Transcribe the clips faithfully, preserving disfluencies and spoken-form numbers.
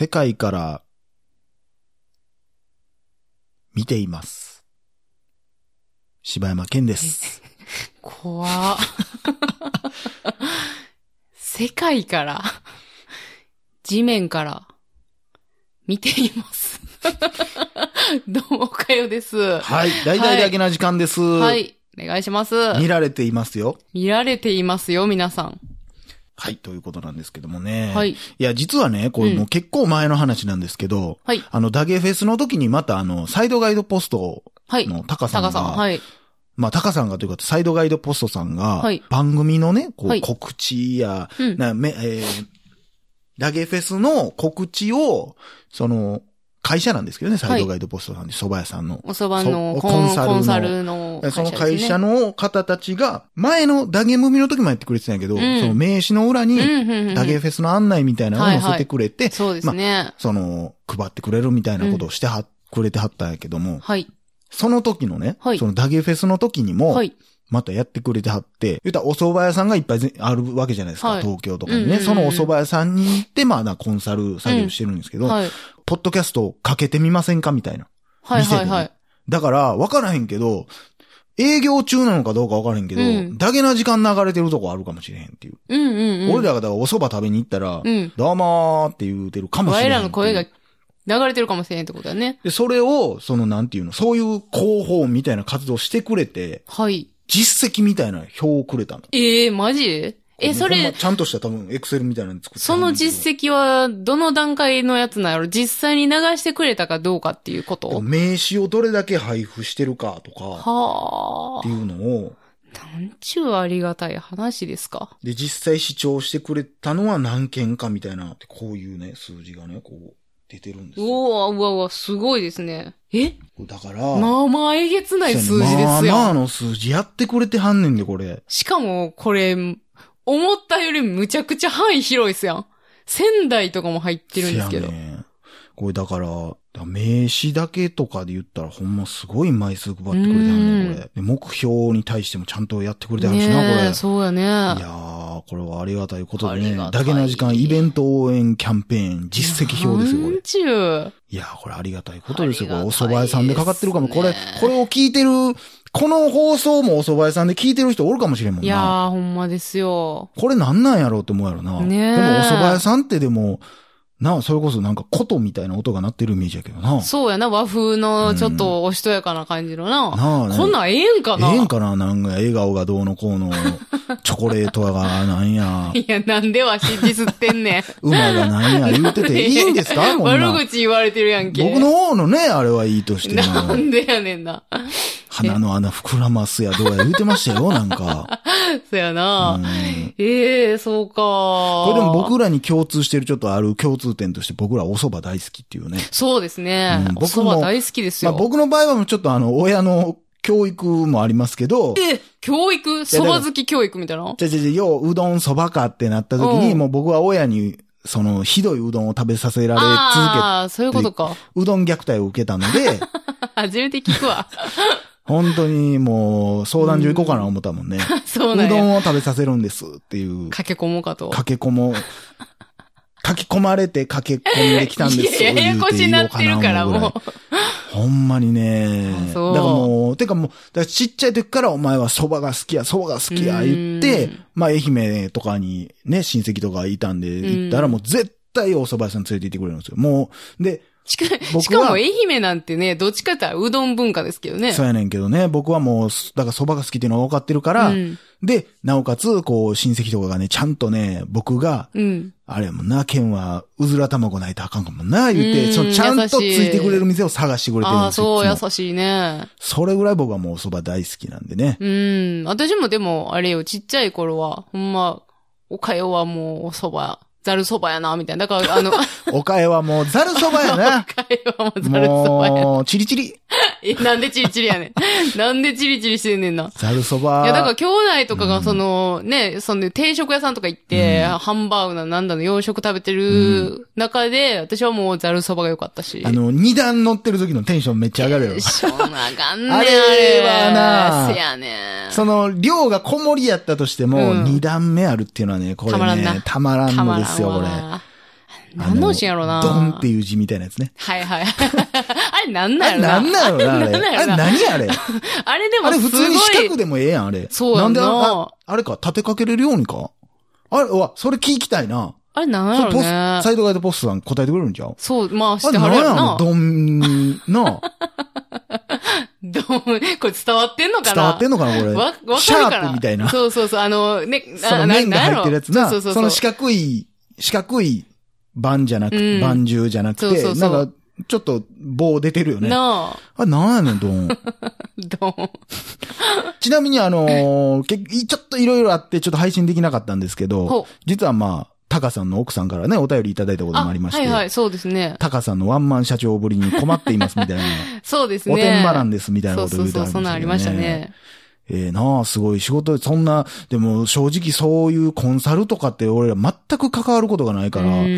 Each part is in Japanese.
世界から見ています。柴山健です。 怖っ。世界から、地面から見ています。どうも、おかよです。 はい。大々だけな時間です。 はい。お願いします。 見られていますよ。 見られていますよ、皆さん。 はい。ということなんですけどもね。 はい。いや、実はね、これもう結構前の話なんですけど、うん、 はい。 あの、ダゲフェスの時にまたあの、サイドガイドポストのタカさんが、はい、タカさん、はい。まあ、タカさんがというか、サイドガイドポストさんが、はい、番組のね、こう、告知や、うん、なめえー、ダゲフェスの告知を、その、会社なんですけどね、サイドガイドポストさんで、蕎麦屋さんの。 お蕎麦のコンサルの。コンサルの会社ですね。その会社の方たちが、前のダゲ組の時もやってくれてたんやけど、うん、その名刺の裏に、ダゲフェスの案内みたいなのを載せてくれて、はいはい、 そうですね。 まあ、その、配ってくれるみたいなことをしては、うん、くれてはったんやけども、 はい。 その時のね、はい、そのダゲフェスの時にも、はい、またやってくれてはって、言ったらお蕎麦屋さんがいっぱいあるわけじゃないですか、はい、東京とかにね、うんうんうん。そのお蕎麦屋さんに行って、まあ、コンサル作業してるんですけど、うんはい、ポッドキャストかけてみませんかみたいな。 はいはいはい。 だから、わからへんけど、営業中なのかどうかわからへんけど、うん、だけな時間流れてるとこあるかもしれへんっていう。 うんうんうん、 俺らがだからお蕎麦食べに行ったら、うん、どうもーって言うてるかもしれへん。 我らの声が流れてるかもしれへんってことだね。 で、それを、そのなんていうの、そういう広報みたいな活動してくれて、 はい。 実績みたいな表をくれたの。 ええー、マジえ、それ、 ちゃんとした多分、エクセルみたいなの作ってその実績は、どの段階のやつなんやろ実際に流してくれたかどうかっていうこと名刺をどれだけ配布してるかとか、 はあ。 っていうのを、 なんちゅうありがたい話ですか。 で、実際視聴してくれたのは何件かみたいな、こういうね、数字がね、こう、出てるんですよ。 うわうわうわ、すごいですね。えだから、 まあまあえげつない数字ですよ。まあまあの数字やってくれてはんねんで、これ。 しかも、これ、思ったよりむちゃくちゃ範囲広いっすやん。仙台とかも入ってるんですけど。 ね、これだから、名刺だけとかで言ったらほんますごい枚数配ってくれてはんねん、これ。で目標に対してもちゃんとやってくれてはるしな、 ね、 これ。 そうやね。いやー、これはありがたいことでね。だけな時間イベント応援キャンペーン実績表ですよ、これ。 なんちゅう。 いやー、これありがたいことですよ。これお蕎麦屋さんでかかってるかも。これ、これを聞いてる、この放送もお蕎麦屋さんで聞いてる人おるかもしれんもんな。 いやー、ほんまですよ。 これなんなんやろうって思うやろな。 ねでもお蕎麦屋さんってでも、なあ、それこそなんか琴みたいな音が鳴ってるイメージやけどな。 そうやな、和風のちょっとおしとやかな感じのな。うん、なあね。こんなんええんかなええんかななんか笑顔がどうのこうの、チョコレートがなんや。 いや、なんでわしディスってんねん。 馬がなんや言うてていいんですかこんな。 悪口言われてるやんけ。 僕の方のね、あれはいいとしても。 なんでやねんな。 鼻の穴膨らますやどうや言うてましたよ、なんか。 そうやな。うん、ええー、そうか。 これでも僕らに共通してるちょっとある共通点として僕らお蕎麦大好きっていうね。 そうですね。うん、僕もお蕎麦大好きですよ。 まあ、僕の場合はちょっとあの、親の教育もありますけど。 え、教育蕎麦好き教育みたいなじゃじゃじゃ、よう、うどん蕎麦かってなった時に、うん、もう僕は親に、その、ひどいうどんを食べさせられ続けて。 ああ、そういうことか。 うどん虐待を受けたので。 初めて聞くわ。 本当にもう相談所行こうかな思ったもんね。 うん、そうなんや。 うどんを食べさせるんですっていう。 駆け込もうかと。 駆け込もう。書き込まれて駆け込んできたんですよ。 いや、ややこしになってるからもう。 ほんまにね。そう。だからもう、てかもう、だからちっちゃい時からお前は蕎麦が好きや、蕎麦が好きや言って、まあ愛媛とかにね、親戚とかいたんで行ったらもう絶対お蕎麦屋さん連れて行ってくれるんですよ。もう、で、 しか, しかも愛媛なんてね、どっちかって言ったらうどん文化ですけどね。 そうやねんけどね、僕はもう、だから蕎麦が好きっていうのは分かってるから、うん、で、なおかつ、こう、親戚とかがね、ちゃんとね、僕が、うん、あれやもんな、県は、うずら卵ないとあかんかもんな、言って、そのちゃんとついてくれる店を探してくれてるんですよ。 ああ、そう、優しいね。 それぐらい僕はもうお蕎麦大好きなんでね。 うん。私もでも、あれよ、ちっちゃい頃は、ほんま、おかよはもうお蕎麦、ざるそばやな、みたいな。だから、あの、 おかえはもうざるそばやな。 おかえはもうざるそばやな。 もう、チリチリ。 え、なんでチリチリやねん。なんでチリチリしてんねんな。 ざるそば。 いや、だから兄弟とかがその、うん、ね、その定食屋さんとか行って、うん、ハンバーグななんだの洋食食べてる中で、うん、私はもうざるそばが良かったし。 あの、二段乗ってる時のテンションめっちゃ上がるよ。 テンション上がんねん。 あれはな、 せやねん。 その、量が小盛りやったとしても、二、うん、段目あるっていうのはね、これね、たまらんたまらんのですよ、これ。 何のシーンやろな。 ドンっていう字みたいなやつね。 はいはい。あれ何なんやろな。 あれ何なんやろな、あれ。あれ何あれ。 あれでもあれ普通に四角でもええやん、あれ。 そうやんな。 なんであ、あれか、立てかけれるようにか。あれ、わ、それ聞きたいな。 あれ何やろね。 サイドガイドポストさん答えてくれるんちゃう？ そう、まあしてはるやろな。 ドン、なドン、これ伝わってんのかな？ 伝わってんのかなこれ。 わ、わかるかな？ シャープみたいな。 そうそうそう、あの、ね、 その面が入ってるやつな。 そうそうそう。 その四角い、四角い板じゃなくて、板銃じゃなくて、そうそうそうなんか、ちょっと棒出てるよね。 なあ。あ、なんやねん、ドン。 ドン。 ちなみにあのー、ちょっといろいろあってちょっと配信できなかったんですけど、実はまあ、タカさんの奥さんからね、お便りいただいたこともありまして。 はいはい、そうですね。 タカさんのワンマン社長ぶりに困っていますみたいな。 そうですね。 おてんばなんですみたいなこと言ってたんですよね。 そうそうそう、そんなんありましたね。 ええなあ、すごい仕事で、そんな、でも正直そういうコンサルとかって俺ら全く関わることがないから、うん。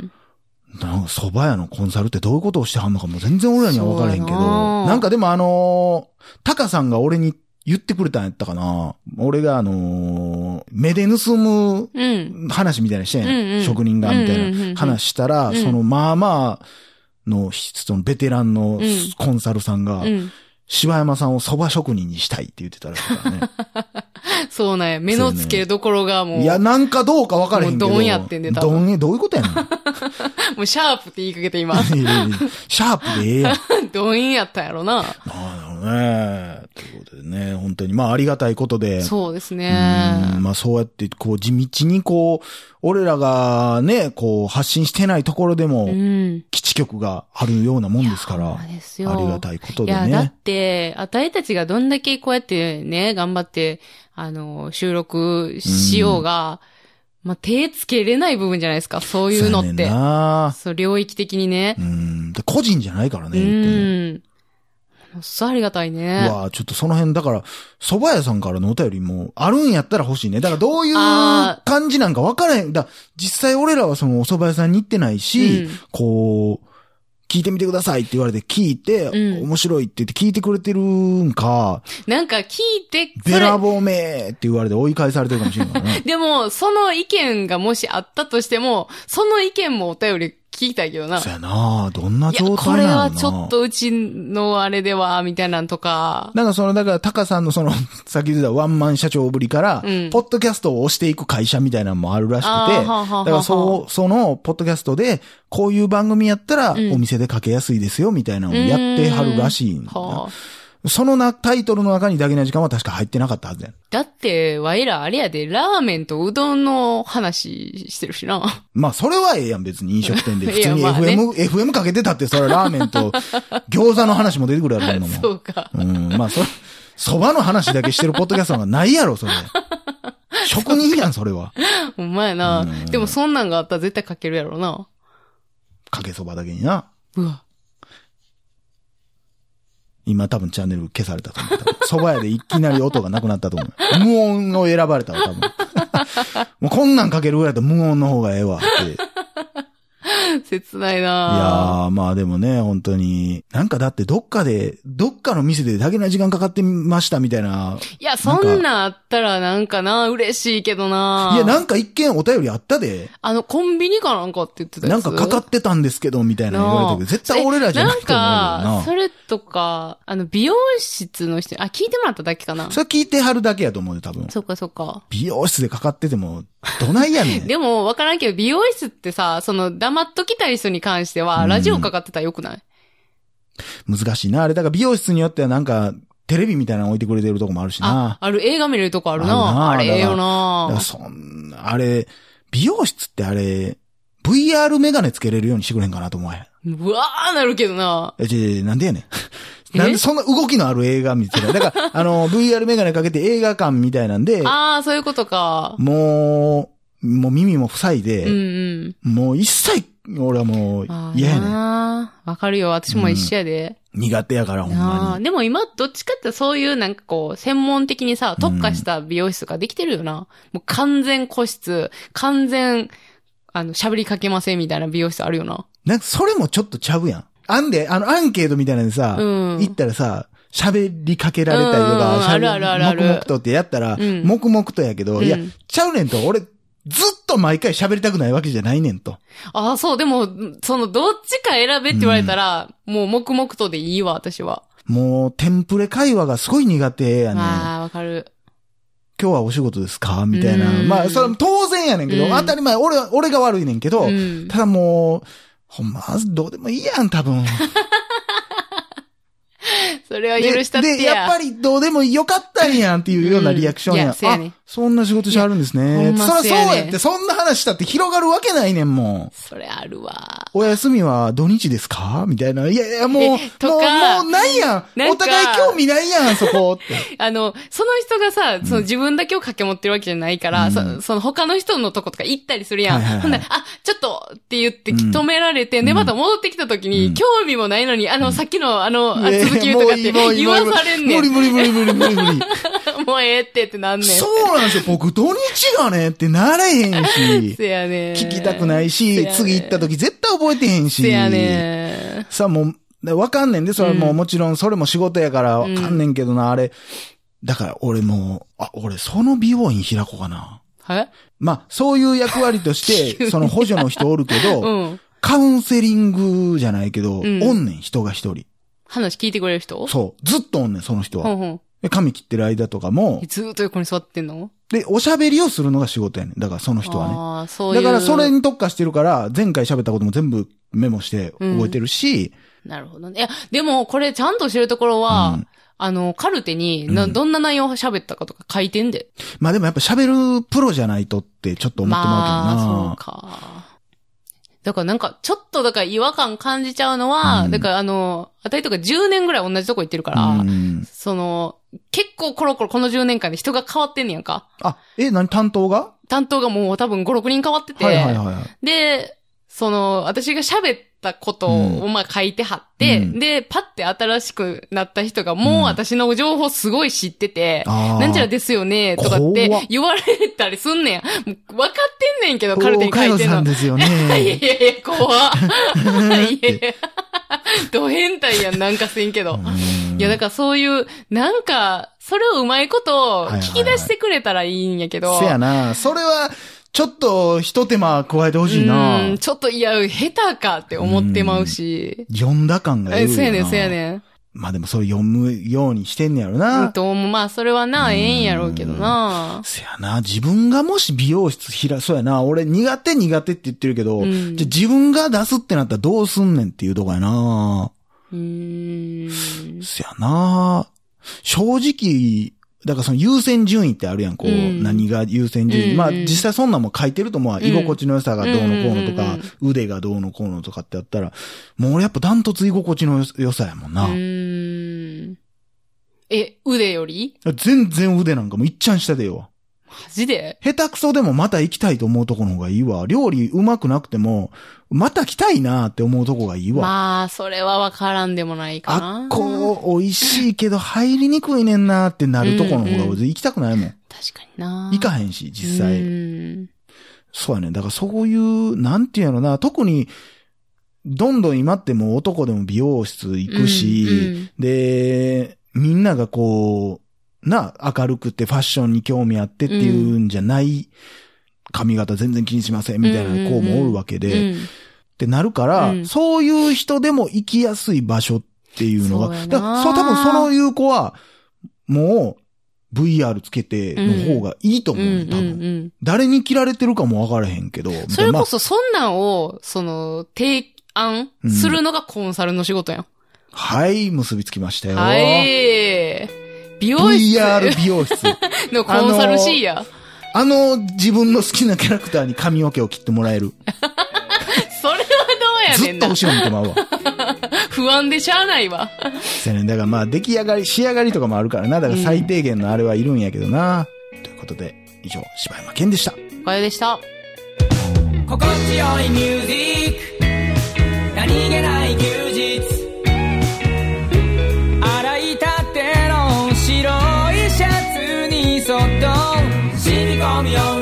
なんか蕎麦屋のコンサルってどういうことをしてはんのかも全然俺らには分からへんけど、な, なんかでもあのー、タカさんが俺に言ってくれたんやったかな。俺があのー、目で盗む話みたいなしてんやん、うん、職人がみたいな話したら、うん、そのまあまあの、そのベテランのコンサルさんが、うんうん柴山さんを蕎麦職人にしたいって言ってたらしいからね。 そうなんや。目の付けどころがもう。 いや、なんかどうか分からへんけど。 もうドンやってんで、多分。 ドンえ、どういうことやねん。もうシャープって言いかけて今。 シャープでええやん。 ドンやったんやろな。 なるほどね。ということでね、本当にまあありがたいことで。 そうですね。 うんまあそうやってこう地道にこう、俺らがね、こう発信してないところでも、基地局があるようなもんですから。そうですよ。ありがたいことでね。 いや、だって、あたいたちがどんだけこうやってね、頑張って、あの、収録しようが、まあ、手つけれない部分じゃないですか、そういうのって。そうなそう、領域的にね。 うん。個人じゃないからね、 言っても。うん。そうありがたいね。 うわちょっとその辺、だから、蕎麦屋さんからのお便りもあるんやったら欲しいね。だからどういう感じなんか分からへん。だ実際俺らはそのお蕎麦屋さんに行ってないし、うん、こう、聞いてみてくださいって言われて聞いて、うん、面白いって言って聞いてくれてるんか。 なんか聞いて、 べらぼうめーって言われて追い返されてるかもしれないね。 でも、その意見がもしあったとしても、その意見もお便り聞きたいけどな。 そうやなどんな状態なのな。 これはちょっとうちのあれでは、みたいなんとか。 なんかその、だから、タカさんのその、さっき言ったワンマン社長ぶりから、うん、ポッドキャストを押していく会社みたいなのもあるらしくて、はははだからそう、その、ポッドキャストで、こういう番組やったら、お店でかけやすいですよ、みたいなのをやってはるらしいんだ。そのな、タイトルの中にだけな時間は確か入ってなかったはずやん。 だって、わいらあれやで、ラーメンとうどんの話してるしな。 まあ、それはええやん、別に飲食店で。普通に エフエム、ね、エフエム かけてたって、それラーメンと餃子の話も出てくるやろ、もん。 そうか。 うん、まあ、それ、蕎麦の話だけしてるポッドキャストがないやろ、それ。職人やん、それは。 ほんまやな。でも、そんなんがあったら絶対かけるやろな。 かけそばだけにな。 うわ。 今多分チャンネル消されたと思う。蕎麦屋でいきなり音がなくなったと思う。無音を選ばれたわ、多分。もうこんなんかけるぐらいだと無音の方がええわって。 切ないなぁ。いやー、まあでもね、本当に。なんかだってどっかで、どっかの店でだけな時間かかってましたみたいな。 いや、そんなんあったらなんかな、嬉しいけどないや、なんか一見お便りあったで。 あの、コンビニかなんかって言ってたやつ。 なんかかかってたんですけど、みたいな言われたけど、絶対俺らじゃないと思うけどな。 なんか、それとか、あの、美容室の人、あ、聞いてもらっただけかな。 それ聞いてはるだけやと思うよ、多分。 そっかそっか。 美容室でかかってても、どないやねん。 でも、わからんけど、美容室ってさ、その、黙っときたい人に関しては、ラジオかかってたらよくない？ 難しいな。あれ、だから美容室によってはなんか、テレビみたいなの置いてくれてるとこもあるしな。 あ、ある、映画見れるとこあるな。あるな。あれ、ええよな。 そんな、あれ、美容室ってあれ、ブイアール メガネつけれるようにしてくれんかなと思え。 うわーなるけどな。 え、じゃ、なんでやねん。なんでそんな動きのある映画見てただから、あの、ブイアール メガネかけて映画館みたいなんで。 ああ、そういうことか。 もう、もう耳も塞いで、 うんうん、 もう一切、俺はもう嫌やねん。 わかるよ。私も一緒やで。 うん、苦手やから、ほんまに。 でも今、どっちかってそういうなんかこう、専門的にさ、特化した美容室ができてるよな。うん、もう完全個室、完全、あの、喋りかけませんみたいな美容室あるよな。 なんかそれもちょっとちゃうやん。あんで、あの、アンケートみたいなのでさ、うん、行ったらさ、喋りかけられたりとか、 あるあるあるある。 黙々とってやったら、うん、黙々とやけど、うん、いや、ちゃうねんと、俺、ずっと毎回喋りたくないわけじゃないねんと。 ああ、そう、でも、その、どっちか選べって言われたら、うん、もう黙々とでいいわ、私は。 もう、テンプレ会話がすごい苦手やねん。 ああ、わかる。 今日はお仕事ですかみたいな。まあ、それも当然やねんけど、当たり前、俺は、俺が悪いねんけど、ただもう、ほんま、どうでもいいやん、多分。 それは許したってや。 で、やっぱりどうでもよかったんやんっていうようなリアクションや。うん、いや、ね、あ、そんな仕事しあるんですね。そりゃそうやって、そんな話したって広がるわけないねん、もう。それあるわ。 お休みは土日ですかみたいな。いやいや、もう、もう、もうないやん。お互い興味ないやん、そこって。 あの、その人がさ、その自分だけを掛け持ってるわけじゃないから、うん、そ, その他の人のとことか行ったりするやん。はいはいはい、ほんで、あ、ちょっとって言って止められて、うん、で、また戻ってきた時に、うん、興味もないのに、あの、さっきの、あの、あ続き言うとかって言わされんねん。 無理無理無理無理無理無理。 もうええってってなんねん。 そうなんですよ。僕土日がねってなれへんし。 せやねん。 聞きたくないし、次行った時絶対覚えてへんし。 せやねん。 さあもう、わかんねんで、それももちろんそれも仕事やからわかんねんけどな、うん、あれ。だから俺もう、あ、俺その美容院開こうかな。 はいまあ、そういう役割として、その補助の人おるけど、うん、カウンセリングじゃないけど、うん、おんねん、人が一人。 話聞いてくれる人？ そう。ずっとおんねん、その人は。 ほんほんで髪切ってる間とかも。 ずーっと横に座ってんの？ で、おしゃべりをするのが仕事やねん。だからその人はね。 ああ、そういう。 だからそれに特化してるから、前回喋ったことも全部メモして覚えてるし。 うん、なるほどね。いや、でもこれちゃんとしてるところは、うん、あの、カルテにな、うん、どんな内容を喋ったかとか書いてんで。 まあでもやっぱ喋るプロじゃないとってちょっと思ってまうけどな。 まあ、そうか。だからなんか、ちょっとだから違和感感じちゃうのは、うん、だからあの、あたりとかじゅうねんぐらい同じとこ行ってるから、うん、その、結構コロコロこのじゅうねんかんで人が変わってんねやんか。 あ、え、何担当が担当がもう多分ご、ろくにん変わってて、 はいはいはいはい、 で、その、私が喋ったことをまあ書いてはって、うん、で、パッて新しくなった人がもう私の情報すごい知ってて、うん、なんちゃらですよね、とかって言われたりすんねん。もう分かってんねんけど、カルテに書いてんの。 さんですよね。 いやいやいや、怖っ。いやいや、ド変態やん、なんかせんけど。いや、だからそういう、なんか、それをうまいこと聞き出してくれたらいいんやけど。 はいはいはい、せやな。それは、ちょっと一手間加えてほしいな。 うん、ちょっといや、下手かって思ってまうし。 う読んだ感がいるよな。 そうやねん、そうやねん。 まあでもそれ読むようにしてんねやろな。 うんと、まあそれはな、ええんやろうけどな。 せやな、自分がもし美容室開、そうやな、俺苦手苦手って言ってるけど、うん、じゃ自分が出すってなったらどうすんねんっていうとこやな。 うーん。 せやな。正直、だからその優先順位ってあるやん、こう、うん、何が優先順位。うんうん、まあ実際そんなんも書いてると思う、うん、居心地の良さがどうのこうのとか、うんうんうん、腕がどうのこうのとかってやったら、もう俺やっぱダントツ居心地の良さやもんな。 うーん。え、腕より？ 全然腕なんかもういっちゃん下でよわ。 マジで？ 下手くそでもまた行きたいと思うとこの方がいいわ。料理うまくなくても、また来たいなって思うとこがいいわ。 まあ、それはわからんでもないかな。 あっこ、美味しいけど入りにくいねんなってなるとこの方が俺行きたくないもん。うんうん、 確かにな。 行かへんし、実際。うんそうやね。だからそういう、なんていうのな、特に、どんどん今ってもう男でも美容室行くし、うんうん、で、みんながこう、な、明るくてファッションに興味あってっていうんじゃない、うん髪型全然気にしませんみたいな子もおるわけで、うんうんうん、ってなるから、うん、そういう人でも行きやすい場所っていうのが、そうだそう多分そのいう子は、もう ブイアール つけての方がいいと思うね、うん、多分、うんうんうん。誰に切られてるかも分からへんけど。 それこそそんなんを、その、提案するのがコンサルの仕事やん。うん、 はい、結びつきましたよ。 はい。美容室ブイアール 美容室のコンサル C や。 あの、自分の好きなキャラクターに髪の毛を切ってもらえる。 それはどうやねんな。 ずっと後ろ見てまうわ。 不安でしゃあないわ。 そうやね。だからまあ、出来上がり、仕上がりとかもあるからな。だから最低限のあれはいるんやけどな。うん、ということで、以上、柴山健でした。 小屋でした。 心地よいミュージック。何気ない休日。洗いたての白いシャツにそっと染み込むよ